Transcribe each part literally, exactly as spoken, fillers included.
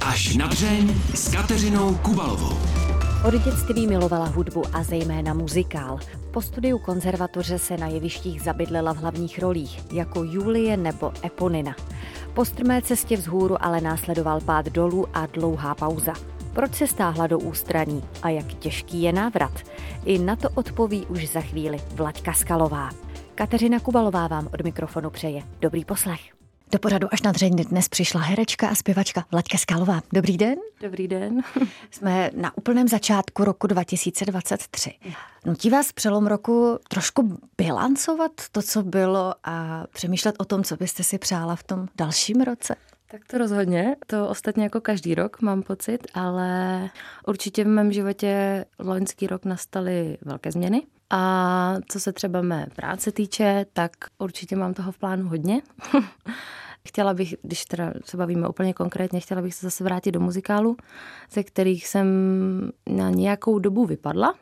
Až na dřeň s Kateřinou Kubalovou. Od dětství milovala hudbu a zejména muzikál. Po studiu konzervatoře se na jevištích zabydlela v hlavních rolích, jako Julie nebo Eponina. Po strmé cestě vzhůru ale následoval pád dolů a dlouhá pauza. Proč se stáhla do ústraní a jak těžký je návrat? I na to odpoví už za chvíli Vlaďka Skalová. Kateřina Kubalová vám od mikrofonu přeje dobrý poslech. Do pořadu Až na dřeň dnes přišla herečka a zpěvačka Vlaďka Skalová. Dobrý den. Dobrý den. Jsme na úplném začátku roku dva tisíce dvacet tři. Nutí vás přelom roku trošku bilancovat to, co bylo a přemýšlet o tom, co byste si přála v tom dalším roce? Tak to rozhodně, to ostatně jako každý rok mám pocit, ale určitě v mém životě loňský rok nastaly velké změny. A co se třeba mé práce týče, tak určitě mám toho v plánu hodně. Chtěla bych, když teda se bavíme úplně konkrétně, chtěla bych se zase vrátit do muzikálu, ze kterých jsem na nějakou dobu vypadla.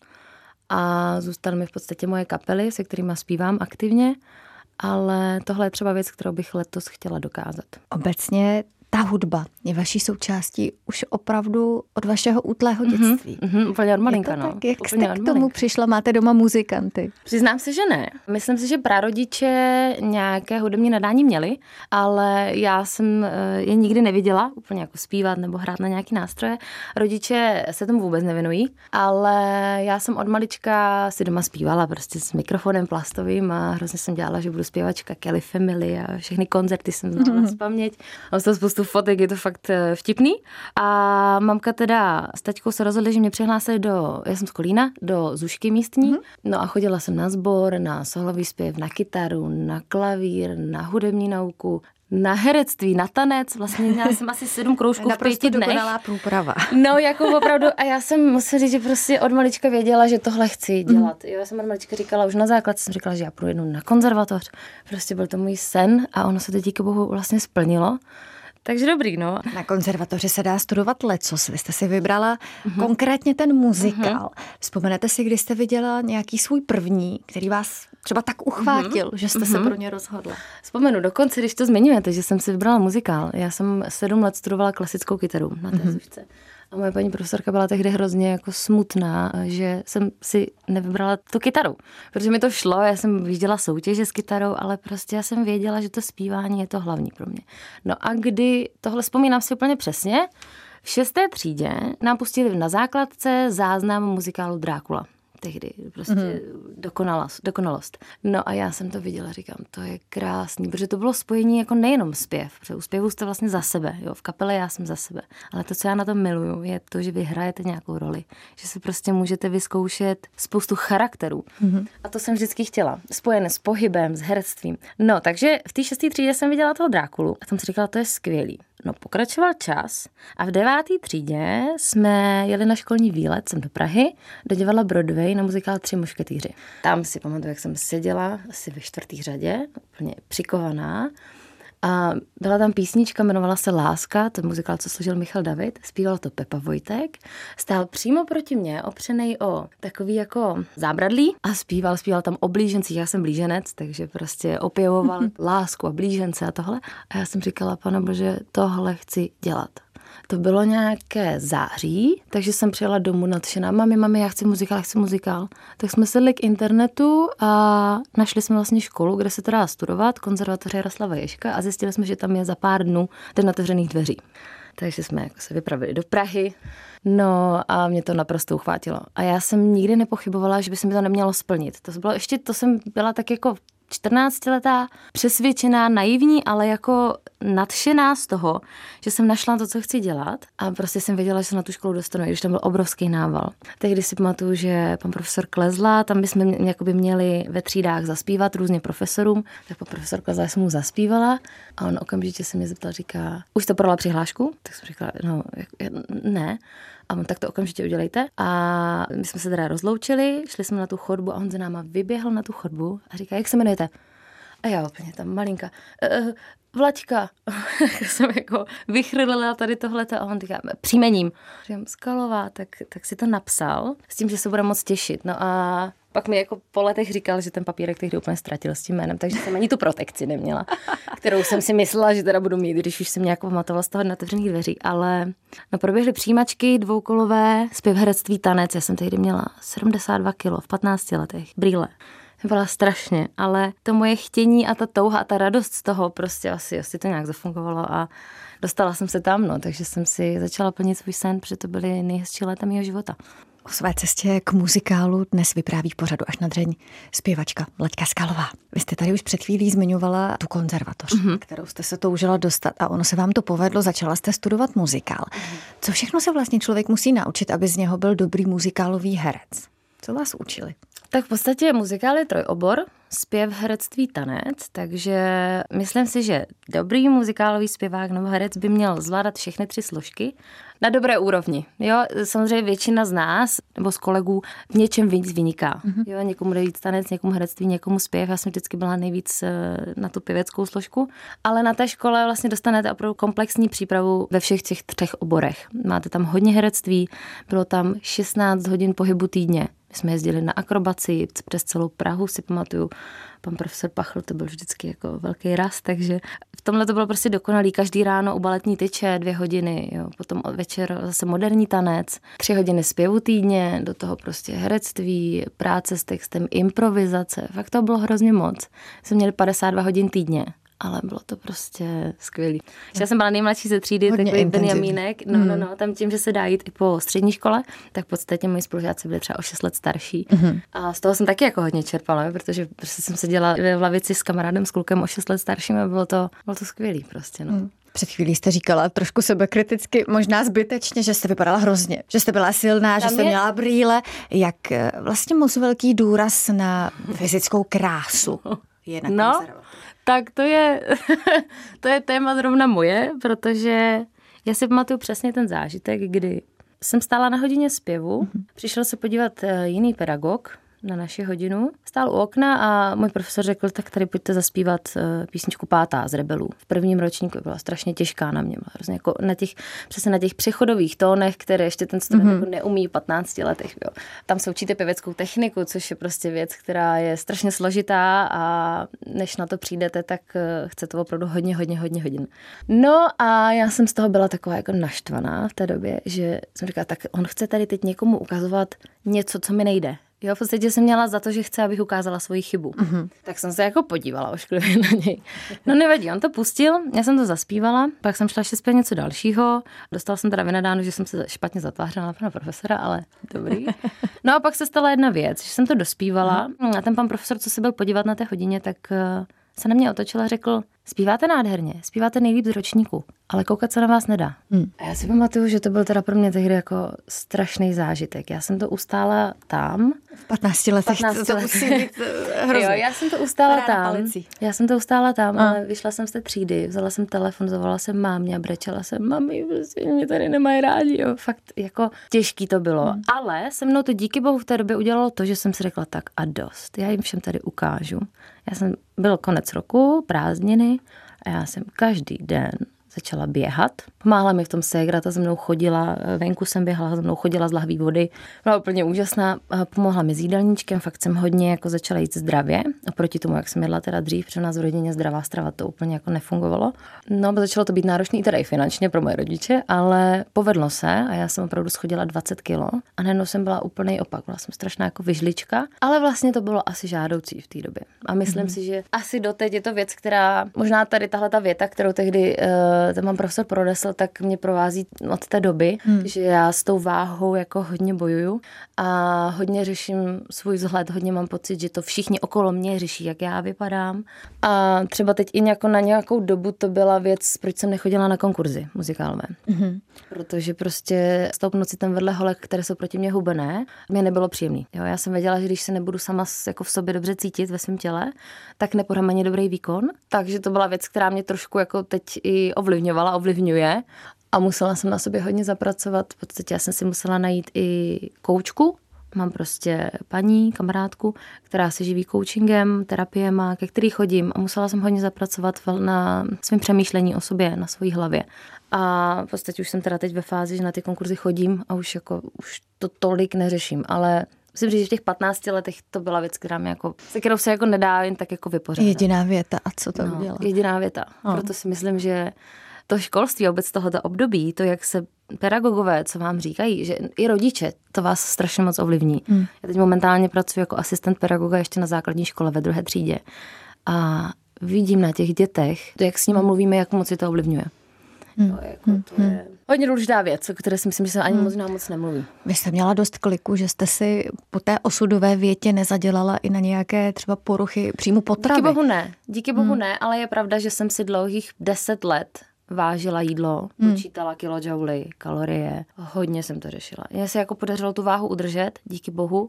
A zůstaly mi v podstatě moje kapely, se kterými zpívám aktivně. Ale tohle je třeba věc, kterou bych letos chtěla dokázat. Obecně ta hudba je vaší součástí už opravdu od vašeho útlého dětství. Mm-hmm, mm, úplně od malinka, no. Tak, jak úplně jste k tomu přišla? Máte doma muzikanty? Přiznám se, že ne. Myslím si, že prarodiče nějaké hudební nadání měli, ale já jsem je nikdy neviděla úplně jako zpívat nebo hrát na nějaký nástroje. Rodiče se tomu vůbec nevěnují, ale já jsem od malička si doma zpívala prostě s mikrofonem plastovým a hrozně jsem dělala, že budu zpěvačka Kelly Family a všechny koncerty jsem znala mm-hmm. zpaměť. Mám to spoustu fotek, je to fakt vtipný. A mamka teda s taťkou se rozhodli, že mě přihlásili do, já jsem z Kolína, do Zušky místní. Mm-hmm. No a chodila jsem na sbor, na solový zpěv, na kytaru, na klavír, na hudební nauku, na herectví, na tanec. Vlastně měla jsem asi sedm kroužků v pěti dnech. Dokonalá průprava. No, jako opravdu. A já jsem musela říct, že prostě od malička věděla, že tohle chci dělat. Mm. Jo, já jsem od malička říkala, už na základce jsem říkala, že já půjdu jednou na konzervatoř. Prostě byl to můj sen a ono se to díky bohu vlastně splnilo. Takže dobrý, no. Na konzervatoři se dá studovat lecos. Vy jste si vybrala mm-hmm. konkrétně ten muzikál. Mm-hmm. Vzpomenete si, kdy jste viděla nějaký svůj první, který vás třeba tak uchvátil, mm-hmm. že jste mm-hmm. se pro ně rozhodla? Vzpomenu dokonce, když to zmiňujete, že jsem si vybrala muzikál. Já jsem sedm let studovala klasickou kytaru na té mm-hmm. Zušce. A moje paní profesorka byla tehdy hrozně jako smutná, že jsem si nevybrala tu kytaru. Protože mi to šlo, já jsem viděla soutěže s kytarou, ale prostě já jsem věděla, že to zpívání je to hlavní pro mě. No a kdy, tohle vzpomínám si úplně přesně, v šesté třídě nám pustili na základce záznam muzikálu Drákula. Tehdy prostě mm. dokonalost, dokonalost. No a já jsem to viděla, říkám, to je krásný, protože to bylo spojení jako nejenom zpěv, protože u zpěvu jste vlastně za sebe, jo, v kapele já jsem za sebe, ale to, co já na tom miluju, je to, že vy hrajete nějakou roli, že si prostě můžete vyzkoušet spoustu charakterů. Mm. A to jsem vždycky chtěla, spojené s pohybem, s herectvím. No, takže v té šesté třídě jsem viděla toho Drákulu a tam si říkala, to je skvělý. No, pokračoval čas a v deváté třídě jsme jeli na školní výlet sem do Prahy, do divadla Broadway na muzikál Tři mušketýři. Tam si pamatuju, jak jsem seděla asi ve čtvrtý řadě, úplně přikovaná. A byla tam písnička, jmenovala se Láska, to je muzikál, co složil Michal David, zpíval to Pepa Vojtek, stál přímo proti mně, opřenej o takový jako zábradlí a zpíval, zpíval tam o blížencích, já jsem blíženec, takže prostě opěvoval lásku a blížence a tohle. A já jsem říkala, Pane Bože, tohle chci dělat. To bylo nějaké září, takže jsem přijela domů nadšená. Mami, mami, já chci muzikál, já chci muzikál. Tak jsme sedli k internetu a našli jsme vlastně školu, kde se to dá studovat, konzervatoře Jaroslava Ježka a zjistili jsme, že tam je za pár dnů den otevřených dveří. Takže jsme jako se vypravili do Prahy, no a mě to naprosto uchvátilo. A já jsem nikdy nepochybovala, že by se mi to nemělo splnit. To bylo ještě, to jsem byla tak jako čtrnáctiletá, přesvědčená, naivní, ale jako nadšená z toho, že jsem našla to, co chci dělat a prostě jsem věděla, že se na tu školu dostanu, když tam byl obrovský nával. Tehdy si pamatuju, že pan profesor Klezla, tam bychom jakoby měli ve třídách zaspívat různě profesorům, tak pan profesor Klezla jsem mu zaspívala a on okamžitě se mě zeptal, říká, už to podala přihlášku? Tak jsem říkala, no, ne. A on, tak to okamžitě udělejte. A my jsme se teda rozloučili, šli jsme na tu chodbu a on za náma vyběhl na tu chodbu a říká, jak se jmenujete? A já úplně tam malinka. Uh, Vlaďka, jsem jako vychrlila tady tohleto a on říká, příjmením. Říkám, Skalová, tak, tak si to napsal s tím, že se bude moc těšit. No a pak mi jako po letech říkal, že ten papírek tehdy úplně ztratil s tím jménem, takže jsem ani tu protekci neměla, kterou jsem si myslela, že teda budu mít, když už jsem nějak pamatovala z toho otevřených dveří, ale no proběhly přijímačky dvoukolové, zpěv, herectví, tanec, já jsem tehdy měla sedmdesát dva kilo v patnácti letech, brýle. Byla strašně, ale to moje chtění a ta touha a ta radost z toho prostě asi, asi to nějak zafungovalo a dostala jsem se tam, no, takže jsem si začala plnit svůj sen, protože to byly nejhezčí léta mého života. O své cestě k muzikálu dnes vypráví v pořadu Až na dřeň zpěvačka Vlaďka Skalová. Vy jste tady už před chvílí zmiňovala tu konzervatoř, mm-hmm. kterou jste se toužila dostat a ono se vám to povedlo, začala jste studovat muzikál. Mm-hmm. Co všechno se vlastně člověk musí naučit, aby z něho byl dobrý muzikálový herec? Co vás učili? Tak v podstatě muzikál je trojobor, zpěv, herectví, tanec, takže myslím si, že dobrý muzikálový zpěvák nebo herec by měl zvládat všechny tři složky na dobré úrovni. Jo, samozřejmě většina z nás nebo z kolegů v něčem víc vyniká. Mm-hmm. Jo, někomu jde víc tanec, někomu herectví, někomu zpěv. Já jsem vždycky byla nejvíc na tu pěveckou složku, ale na té škole vlastně dostanete opravdu komplexní přípravu ve všech těch třech oborech. Máte tam hodně herectví, bylo tam šestnáct hodin pohybu týdně. My jsme jezdili na akrobaci přes celou Prahu, si pamatuju. Pan profesor Pachl, to byl vždycky jako velký raz, takže v tomhle to bylo prostě dokonalý. Každý ráno u baletní tyče dvě hodiny, jo. Potom večer zase moderní tanec, tři hodiny zpěvu týdně, do toho prostě herectví, práce s textem, improvizace. Fakt to bylo hrozně moc. Jsme měli padesát dva hodin týdně. Ale bylo to prostě skvělý. Já jsem byla nejmladší ze třídy, hodně takový intenzivní. Benjamínek. No, no, no, tam tím, že se dá jít i po střední škole, tak v podstatě moji spolužáci byli třeba o šest let starší. Mm-hmm. A z toho jsem taky jako hodně čerpala, protože prostě jsem seděla v lavici s kamarádem, s klukem o šest let starším a bylo to, bylo to skvělý prostě, no. Mm. Před chvílí jste říkala trošku sebekriticky, možná zbytečně, že jste vypadala hrozně, že jste byla silná, tam že jste je... měla brýle. Jak vlastně moc velký důraz na fyzickou krásu je na no. konzervatoři? Tak to je, to je téma zrovna moje, protože já si pamatuju přesně ten zážitek, kdy jsem stála na hodině zpěvu, mm-hmm. přišel se podívat jiný pedagog na naši hodinu, stál u okna a můj profesor řekl, tak tady pojďte zaspívat písničku Pátá z Rebelů. V prvním ročníku byla strašně těžká na mě, hrozně jako na těch, přesně na těch přechodových tónech, které ještě ten student mm-hmm. jako neumí v patnácti letech. Jo. Tam se učíte pěveckou techniku, což je prostě věc, která je strašně složitá a než na to přijdete, tak chce to opravdu hodně, hodně, hodně hodin. No a já jsem z toho byla taková jako naštvaná v té době, že jsem říkala, tak on chce tady teď někomu ukazovat něco, co mi nejde. Jo, v podstatě jsem měla za to, že chce, abych ukázala svoji chybu. Mm-hmm. Tak jsem se jako podívala ošklivě na něj. No nevadí, on to pustil, já jsem to zaspívala, pak jsem šla ještě zpět něco dalšího. Dostala jsem teda vynadáno, že jsem se špatně zatvářela na pana profesora, ale dobrý. No a pak se stala jedna věc, že jsem to dospívala mm-hmm. a ten pan profesor, co se byl podívat na té hodině, tak se na mě otočil a řekl, zpíváte nádherně, zpíváte nejlíp z ročníku, ale koukat se na vás nedá. Hmm. A já si pamatuju, že to byl teda pro mě tehdy jako strašný zážitek. Já jsem to ustála tam. V patnácti letech patnácti to musí být hrozně. Jo, já jsem to ustála Rána tam. palicí. Já jsem to ustála tam, a. ale vyšla jsem z té třídy, vzala jsem telefon, zavolala jsem mámě a brečela jsem, mami, prostě mě tady nemají rádi. Jo. Fakt jako těžký to bylo. Hmm. Ale se mnou to díky bohu v té době udělalo to, že jsem si řekla tak a dost. Já jim všem tady ukážu. Já jsem, byl konec roku, prázdniny a já jsem každý den začala běhat. Pomáhala mi v tom ségra, ta se mnou chodila, venku jsem běhala, se mnou chodila z lahví vody. Byla úplně úžasná, pomohla mi s jídelníčkem, fakt jsem hodně jako začala jít zdravě. Oproti tomu, jak jsem jedla teda dřív, protože u nás v rodině zdravá strava to úplně jako nefungovalo. No, začalo to být náročné i teda i finančně pro moje rodiče, ale povedlo se a já jsem opravdu schodila dvacet kilo a najednou jsem byla úplný opak. Byla jsem strašná jako vyžlička, ale vlastně to bylo asi žádoucí v té době. A myslím mm. si, že asi doteď je to věc, která možná tady tahle ta věta, kterou tehdy ten mám profesor pronesl, tak mě provází od té doby, hmm. že já s tou váhou jako hodně bojuju a hodně řeším svůj vzhled, hodně mám pocit, že to všichni okolo mě řeší, jak já vypadám. A třeba teď i jako na nějakou dobu to byla věc, proč jsem nechodila na konkurzy muzikálové. Hmm. Protože prostě stoupnout si tam vedle holek, které jsou proti mě hubené, mě nebylo příjemný. Jo, já jsem věděla, že když se nebudu sama jako v sobě dobře cítit ve svém těle, tak nepodám ani dobrý výkon. Takže to byla věc, která mě trošku jako teď i ovlivňovala, ovlivňuje a musela jsem na sobě hodně zapracovat. V podstatě já jsem si musela najít i koučku, Mám prostě paní, kamarádku, která se živí coachingem, terapiema, ke který chodím a musela jsem hodně zapracovat na svém přemýšlení o sobě, na své hlavě. A v podstatě už jsem teda teď ve fázi, že na ty konkurzy chodím a už jako už to tolik neřeším, ale musím říct, že v těch patnácti letech to byla věc, která mě jako, se kterou se jako nedá jen tak jako vypořádat. Jediná věta. A co to no, udělá? Jediná věta. No. Proto si myslím, že to školství, vůbec tohoto období, to, jak se pedagogové, co vám říkají, že i rodiče, to vás strašně moc ovlivní. Hmm. Já teď momentálně pracuji jako asistent pedagoga ještě na základní škole ve druhé třídě a vidím na těch dětech, to, jak s nima mluvíme, jak moc je to ovlivňuje. Hmm. No, jako to je hodně důležitá věc, o které si myslím, že se ani možná moc nemluví. Vy jste měla dost kliku, že jste si po té osudové větě nezadělala i na nějaké třeba poruchy příjmu potravy. Díky bohu ne, díky bohu hmm. ne, ale je pravda, že jsem si dlouhých deset let vážila jídlo, hmm. počítala kilojouly, kalorie, hodně jsem to řešila. Mně se jako podařilo tu váhu udržet, díky bohu,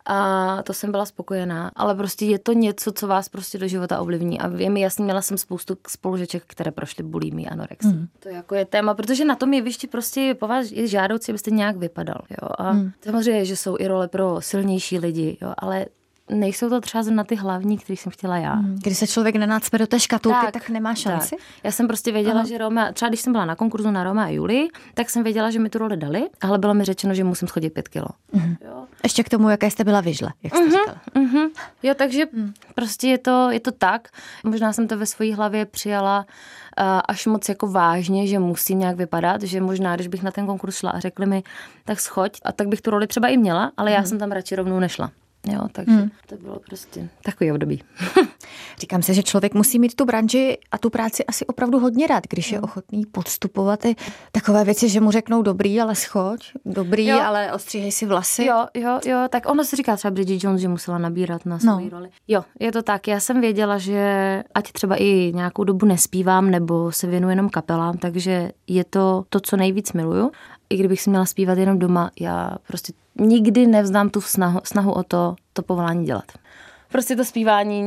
a to jsem byla spokojená, ale prostě je to něco, co vás prostě do života ovlivní a je mi jasný, měla jsem spoustu spolužeček, které prošly bulimii, anorexii. Hmm. To jako je téma, protože na tom jevišti prostě po vás je žádoucí, abyste nějak vypadal, jo, a hmm. samozřejmě, že jsou i role pro silnější lidi, jo, ale nejsou to třeba na ty hlavní, který jsem chtěla já. Když se člověk nenácpe do té škatulky, tak, tak nemá šanci? Tak. Já jsem prostě věděla, Aha. že Roma, třeba když jsem byla na konkurzu na Roma a Julii, tak jsem věděla, že mi tu roli dali, ale bylo mi řečeno, že musím schodit pět kilo. Uh-huh. Jo. Ještě k tomu, jaké jste byla vyžle, jak jste uh-huh. říkala. Uh-huh. Jo, takže uh-huh. prostě je to, je to tak. Možná jsem to ve své hlavě přijala uh, až moc jako vážně, že musím nějak vypadat, že možná, když bych na ten konkurs šla a řekli mi, tak schoď, a tak bych tu roli třeba i měla, ale uh-huh. já jsem tam radši rovnou nešla. Jo, takže hmm. to bylo prostě takový období. Říkám se, že člověk musí mít tu branži a tu práci asi opravdu hodně rád, když je ochotný podstupovat i takové věci, že mu řeknou dobrý, ale schoď, dobrý, jo. ale ostříhej si vlasy. Jo, jo, jo, tak ono se říká třeba Bridget Jones, že musela nabírat na svou no. roli. Jo, je to tak, já jsem věděla, že ať třeba i nějakou dobu nespívám nebo se věnuji jenom kapelám, takže je to to, co nejvíc miluju. I kdybych si měla zpívat jenom doma, já prostě nikdy nevzdám tu snahu, snahu o to, to povolání dělat. Prostě to zpívání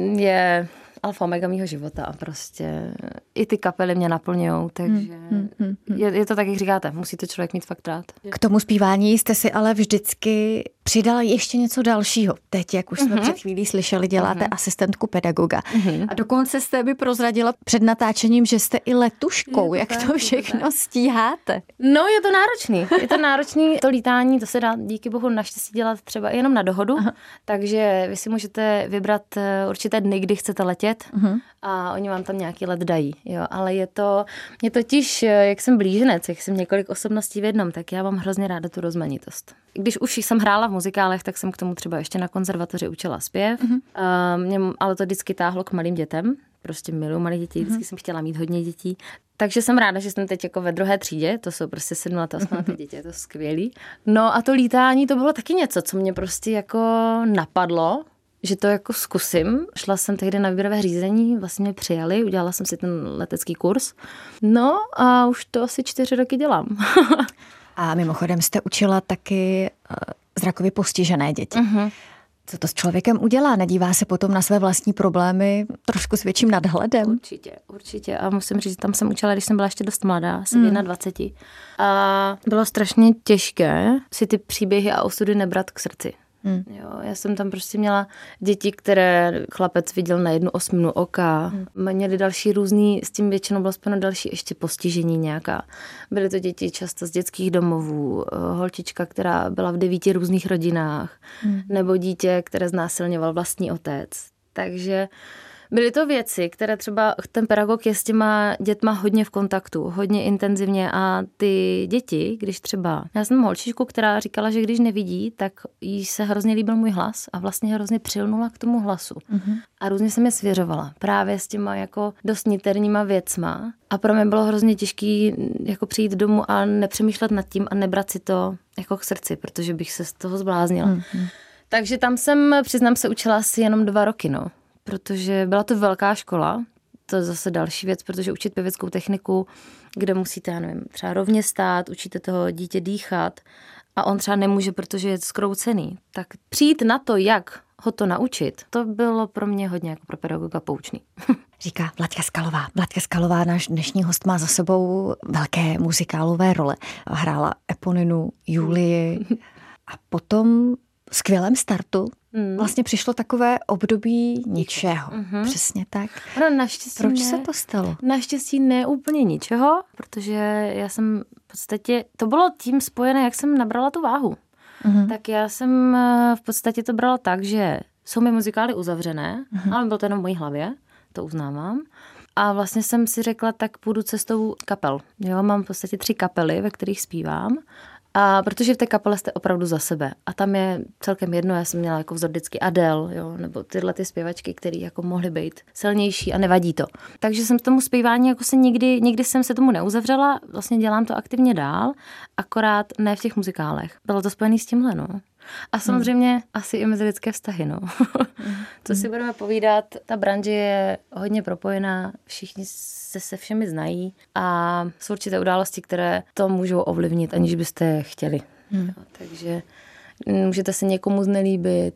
je alfa omega mýho života a prostě i ty kapely mě naplňujou, takže hmm, hmm, hmm. Je, je to tak, jak říkáte, musí to člověk mít fakt rád. K tomu zpívání jste si ale vždycky přidala ještě něco dalšího. Teď, jak už jsme uh-huh. před chvílí slyšeli, děláte uh-huh. asistentku pedagoga. Uh-huh. A dokonce jste mi prozradila před natáčením, že jste i letuškou. Je jak to, to všechno to stíháte? No, je to náročný. Je to náročný. To lítání, to se dá díky bohu naštěstí dělat třeba jenom na dohodu. Uh-huh. Takže vy si můžete vybrat určité dny, kdy chcete letět uh-huh. a oni vám tam nějaký let dají. Jo, ale je to, mě totiž, jak jsem blíženec, jak jsem několik osobností v jednom, tak já mám hrozně ráda tu rozmanitost. Když už jsem hrála v muzikálech, tak jsem k tomu třeba ještě na konzervatoři učila zpěv, mm-hmm. a mě, ale to vždycky táhlo k malým dětem, prostě miluji malé děti, vždycky mm-hmm. jsem chtěla mít hodně dětí. Takže jsem ráda, že jsem teď jako ve druhé třídě, to jsou prostě sedmleté, osmleté děti, je to skvělý. No a to lítání, to bylo taky něco, co mě prostě jako napadlo, že to jako zkusím. Šla jsem tehdy na výběrové řízení, vlastně mě přijali, udělala jsem si ten letecký kurz. No a už to asi čtyři roky dělám. A mimochodem jste učila taky uh, zrakově postižené děti. Uh-huh. Co to s člověkem udělá? Nedívá se potom na své vlastní problémy trošku s větším nadhledem? Určitě, určitě. A musím říct, tam jsem učila, když jsem byla ještě dost mladá, jsem mm. dvacet jedna. A bylo strašně těžké si ty příběhy a osudy nebrat k srdci. Hmm. Jo, já jsem tam prostě měla děti, které chlapec viděl na jednu osminu oka. Hmm. Měli další různý, s tím většinou bylo spojeno další ještě postižení nějaká. Byly to děti často z dětských domovů, holčička, která byla v devíti různých rodinách, hmm. nebo dítě, které znásilňoval vlastní otec. Takže byly to věci, které třeba ten pedagog je s těma dětma hodně v kontaktu, hodně intenzivně a ty děti, když třeba, já jsem holčičku, která říkala, že když nevidí, tak jí se hrozně líbil můj hlas a vlastně hrozně přilnula k tomu hlasu. Mm-hmm. A různě se mi svěřovala právě s těma jako dost niterníma věcma a pro mě bylo hrozně těžký jako přijít domů a nepřemýšlet nad tím a nebrat si to jako k srdci, protože bych se z toho zbláznila. Mm-hmm. Takže tam jsem, přiznám se, učila asi jenom dva roky, no. Protože byla to velká škola, to je zase další věc, protože učit pěveckou techniku, kde musíte, já nevím, třeba rovně stát, učíte toho dítě dýchat a on třeba nemůže, protože je skroucený. Tak přijít na to, jak ho to naučit, to bylo pro mě hodně jako pro pedagoga poučný. Říká Vladka Skalová. Vladka Skalová, náš dnešní host, má za sebou velké muzikálové role. Hrála Eponinu, Julii A potom skvělém startu hmm. vlastně přišlo takové období ničeho. Mm-hmm. Přesně tak. No, naštěstí Proč ne, se to stalo? Naštěstí ne úplně ničeho, protože já jsem v podstatě, to bylo tím spojené, jak jsem nabrala tu váhu. Mm-hmm. Tak já jsem v podstatě to brala tak, že jsou mi muzikály uzavřené, mm-hmm. ale bylo to jenom v mojí hlavě, to uznávám. A vlastně jsem si řekla, tak půjdu cestou kapel. Jo, mám v podstatě tři kapely, ve kterých zpívám. A protože v té kapele jste opravdu za sebe. A tam je celkem jedno, já jsem měla jako vzor vždycky Adele, jo, nebo tyhle ty zpěvačky, které jako mohly být silnější a nevadí to. Takže jsem tomu zpívání jako se nikdy, nikdy jsem se tomu neuzavřela, vlastně dělám to aktivně dál, akorát ne v těch muzikálech. Bylo to spojené s tímhle, no. A samozřejmě hmm. asi i mezi lidské vztahy, no. hmm. Co si budeme povídat, ta branže je hodně propojená, všichni se se všemi znají a jsou určité události, které to můžou ovlivnit, aniž byste je chtěli. Hmm. Jo, takže můžete se někomu znelíbit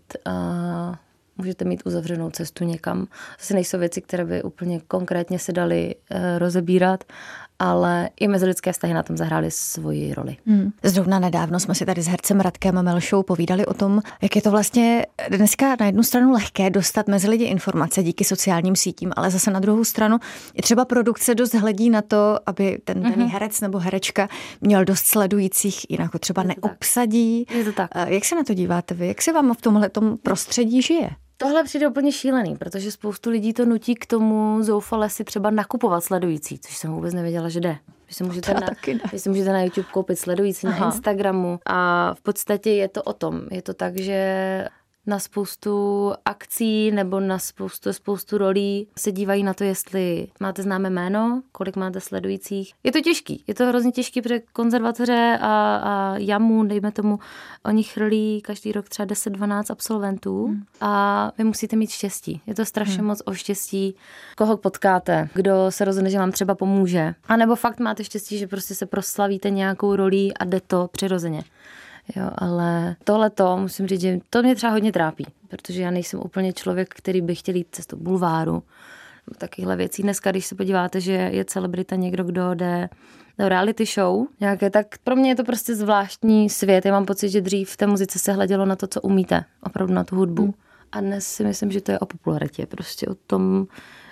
a můžete mít uzavřenou cestu někam. Zase nejsou věci, které by úplně konkrétně se daly e, rozebírat, ale i mezilidské vztahy na tom zahrály svoji roli. Hmm. Zrovna nedávno jsme si tady s hercem Radkem Melšou povídali o tom, jak je to vlastně dneska na jednu stranu lehké dostat mezi lidi informace díky sociálním sítím, ale zase na druhou stranu i třeba produkce dost hledí na to, aby ten daný mm-hmm. herec nebo herečka měl dost sledujících, jinak ho třeba neobsadí. Je to tak. Jak se na to díváte vy? Jak se vám v tomhletom prostředí žije? Tohle přijde úplně šílený, protože spoustu lidí to nutí k tomu zoufale si třeba nakupovat sledující, což jsem vůbec nevěděla, že jde. Vy si můžete, na, vy si můžete na YouTube koupit sledující, Aha. na Instagramu a v podstatě je to o tom. Je to tak, že na spoustu akcí nebo na spoustu, spoustu rolí se dívají na to, jestli máte známé jméno, kolik máte sledujících. Je to těžký, je to hrozně těžký, protože konzervatoře a, a jamu, dejme tomu, oni chrlí každý rok třeba deset dvanáct absolventů hmm. a vy musíte mít štěstí. Je to strašně hmm. moc o štěstí, koho potkáte, kdo se rozhodne, že vám třeba pomůže. A nebo fakt máte štěstí, že prostě se proslavíte nějakou rolí a jde to přirozeně. Jo, ale tohleto, musím říct, že to mě třeba hodně trápí, protože já nejsem úplně člověk, který by chtěl jít cestou bulváru, takovýchhle věcí. Dneska, když se podíváte, že je celebrita někdo, kdo jde do reality show nějaké, tak pro mě je to prostě zvláštní svět. Já mám pocit, že dřív v té muzice se hledělo na to, co umíte, opravdu na tu hudbu. Hmm. A dnes si myslím, že to je o popularitě, prostě o tom,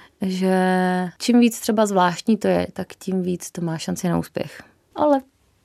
že čím víc třeba zvláštní to je, tak tím víc to má šanci na úspěch. Ale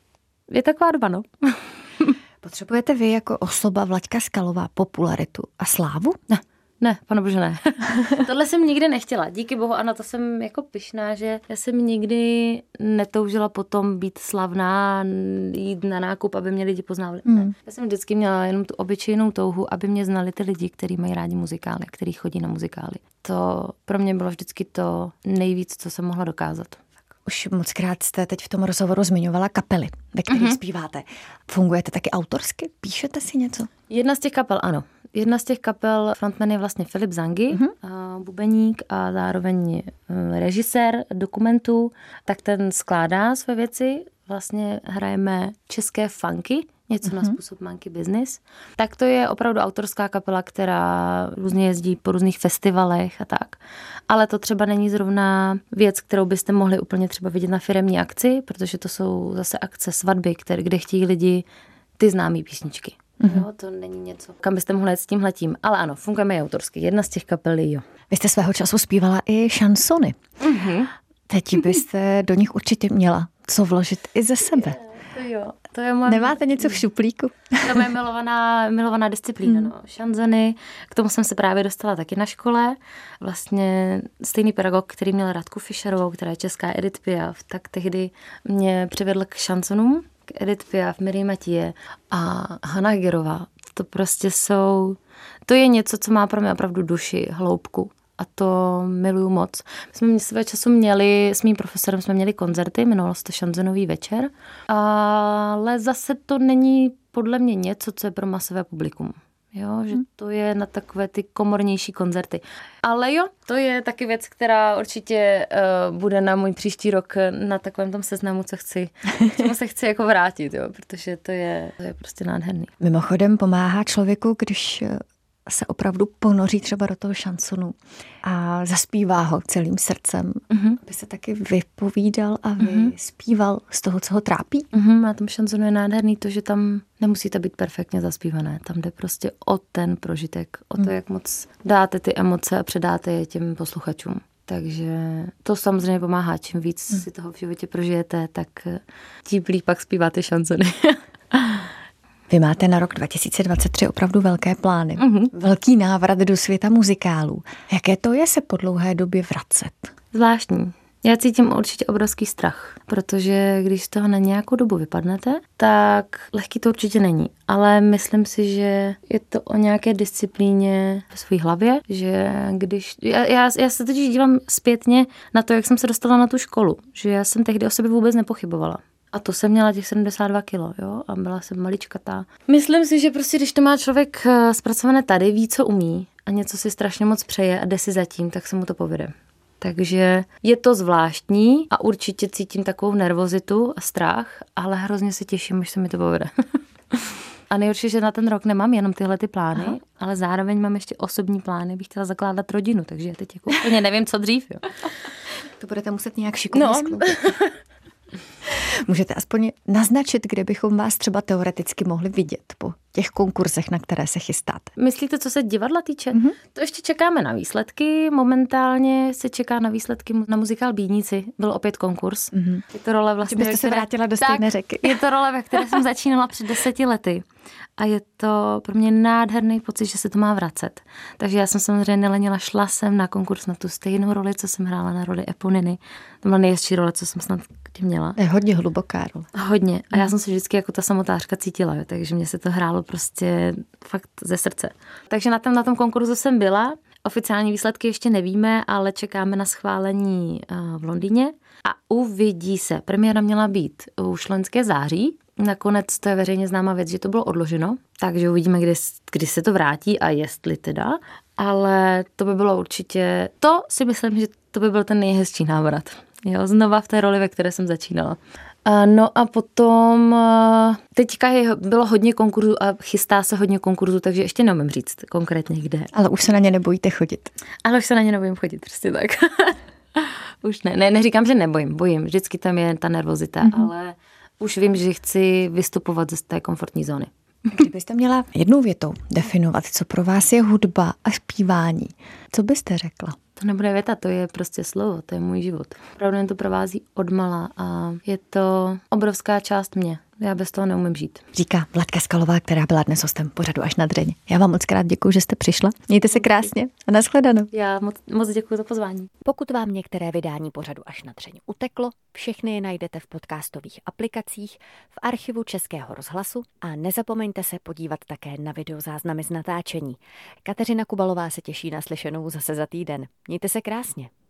je taková doba, no. Potřebujete vy jako osoba Vlaďka Skalová popularitu a slávu? Ne, ne, panebože ne. Tohle jsem nikdy nechtěla. Díky bohu, a na to jsem jako pyšná, že já jsem nikdy netoužila potom být slavná, jít na nákup, aby mě lidi poznali. Hmm. Ne. Já jsem vždycky měla jenom tu obyčejnou touhu, aby mě znali ty lidi, kteří mají rádi muzikály, kteří chodí na muzikály. To pro mě bylo vždycky to nejvíc, co jsem mohla dokázat. Už moc krát jste teď v tom rozhovoru zmiňovala kapely, ve kterých mm-hmm. zpíváte. Fungujete taky autorsky? Píšete si něco? Jedna z těch kapel, ano. Jedna z těch kapel, frontman je vlastně Filip Zangy, mm-hmm. a bubeník a zároveň režisér dokumentů, tak ten skládá své věci. Vlastně hrajeme české funky, něco mm-hmm. na způsob Monkey Business. Tak to je opravdu autorská kapela, která různě jezdí po různých festivalech a tak. Ale to třeba není zrovna věc, kterou byste mohli úplně třeba vidět na firemní akci, protože to jsou zase akce svatby, které, kde chtějí lidi ty známý písničky. Mm-hmm. Jo, to není něco, kam byste mohli jít s tímhletím. Ale ano, fungujeme i autorsky. Jedna z těch kapel, jo. Vy jste svého času zpívala i šansony. Mm-hmm. Teď byste do nich určitě měla co vložit i ze sebe. To jo. To je moje... Nemáte něco v šuplíku? To je moje milovaná, milovaná disciplína. Mm. No. Šanzony, k tomu jsem se právě dostala taky na škole. Vlastně stejný pedagog, který měl Radku Fischerovou, která je česká Edith Piaf, tak tehdy mě přivedl k šansonům, k Edith Piaf, Mireille Mathieu a Hana Hegerová. To prostě jsou... To je něco, co má pro mě opravdu duši, hloubku. A to miluju moc. My jsme své času měli, s mým profesorem jsme měli koncerty, jmenovalo se to Šanzonový večer, ale zase to není podle mě něco, co je pro masové publikum. Jo, že to je na takové ty komornější koncerty. Ale jo, to je taky věc, která určitě uh, bude na můj příští rok na takovém tom seznamu, co chci, k čemu se chci jako vrátit, jo, protože to je, to je prostě nádherný. Mimochodem pomáhá člověku, když se opravdu ponoří třeba do toho šansonu a zaspívá ho celým srdcem, mm-hmm. aby se taky vypovídal a vyspíval z toho, co ho trápí. Mm-hmm. A tom šansonu je nádherný to, že tam nemusíte být perfektně zaspívané. Tam jde prostě o ten prožitek, o to, mm. jak moc dáte ty emoce a předáte je těm posluchačům. Takže to samozřejmě pomáhá. Čím víc mm. si toho v životě prožijete, tak tím líp pak zpíváte šansony. Vy máte na rok dva tisíce dvacet tři opravdu velké plány. Mm-hmm. Velký návrat do světa muzikálů. Jaké to je se po dlouhé době vracet? Zvláštní. Já cítím určitě obrovský strach, protože když z toho na nějakou dobu vypadnete, tak lehký to určitě není. Ale myslím si, že je to o nějaké disciplíně ve své hlavě, že když... Já, já, já se totiž dívám zpětně na to, jak jsem se dostala na tu školu, že já jsem tehdy o sobě vůbec nepochybovala. A to jsem měla těch sedmdesát dva kilo, jo, a byla jsem maličkatá. Myslím si, že prostě, když to má člověk zpracované tady, ví, co umí a něco si strašně moc přeje a jde si zatím, tak se mu to povede. Takže je to zvláštní a určitě cítím takovou nervozitu a strach, ale hrozně se těším, až se mi to povede. A nejhorší, že na ten rok nemám jenom tyhle ty plány, Aha. ale zároveň mám ještě osobní plány, bych chtěla zakládat rodinu, takže já teď jako úplně nevím, co dřív. Jo. To budete muset nějak šikovně no. skloubit. Můžete aspoň naznačit, kde bychom vás třeba teoreticky mohli vidět po těch konkurzech, na které se chystáte? Myslíte, co se divadla týče? Mm-hmm. To ještě čekáme na výsledky. Momentálně se čeká na výsledky na muzikál Bídníci. Byl opět konkurs. Mm-hmm. Je to role vlastně... Že byste se vrátila do stejné řeky. Je to role, ve které jsem začínala před deseti lety. A je to pro mě nádherný pocit, že se to má vracet. Takže já jsem samozřejmě nelenila, šla jsem na konkurs na tu stejnou roli, co jsem hrála na roli Eponiny. To byla nejhezčí role, co jsem snad kdy měla. To je hodně hluboká role. Hodně. A já jsem se vždycky jako ta samotářka cítila, jo, takže mě se to hrálo prostě fakt ze srdce. Takže na tom, na tom konkurzu jsem byla. Oficiální výsledky ještě nevíme, ale čekáme na schválení v Londýně a uvidí se. Premiéra měla být už loňské září. Nakonec to je veřejně známá věc, že to bylo odloženo, takže uvidíme, kdy, kdy se to vrátí a jestli teda. Ale to by bylo určitě, to si myslím, že to by byl ten nejhezčí návrat. Jo, znova v té roli, ve které jsem začínala. No a potom teďka je, bylo hodně konkurzů a chystá se hodně konkurzů, takže ještě neumím říct konkrétně kde. Ale už se na ně nebojíte chodit. Ale už se na ně nebojím chodit, prostě tak. Už ne, ne, neříkám, že nebojím, bojím, vždycky tam je ta nervozita, mm-hmm. ale už vím, že chci vystupovat z té komfortní zóny. Kdybyste měla jednou větou definovat, co pro vás je hudba a zpívání, co byste řekla? To nebude věta, to je prostě slovo, to je můj život. Opravdu mě to provází odmala a je to obrovská část mě. Já bez toho neumím žít. Říká Vladka Skalová, která byla dnes hostem pořadu Až na dřeň. Já vám moc krát děkuji, že jste přišla. Mějte se krásně a nashledanou. Já moc, moc děkuji za pozvání. Pokud vám některé vydání pořadu Až na dřeň uteklo, všechny je najdete v podcastových aplikacích, v archivu Českého rozhlasu a nezapomeňte se podívat také na videozáznamy z natáčení. Kateřina Kubalová se těší na slyšenou zase za týden. Mějte se krásně.